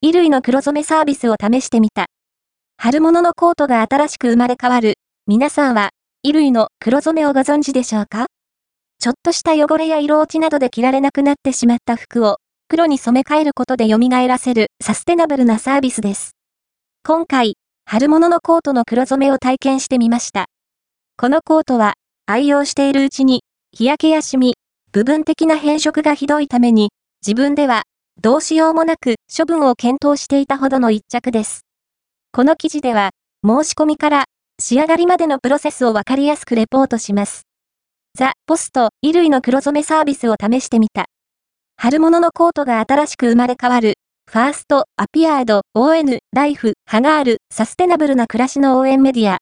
衣類の黒染めサービスを試してみた。春物のコートが新しく生まれ変わる。皆さんは、衣類の黒染めをご存知でしょうか？ちょっとした汚れや色落ちなどで着られなくなってしまった服を、黒に染め替えることで蘇らせるサステナブルなサービスです。今回、春物のコートの黒染めを体験してみました。このコートは、愛用しているうちに、日焼けやシミ、部分的な変色がひどいために、自分では、どうしようもなく処分を検討していたほどの一着です。この記事では、申し込みから仕上がりまでのプロセスをわかりやすくレポートします。ザ・ポスト、衣類の黒染めサービスを試してみた。春物のコートが新しく生まれ変わる。ファースト、アピアード、ON、ライフ、ハガール、サステナブルな暮らしの応援メディア。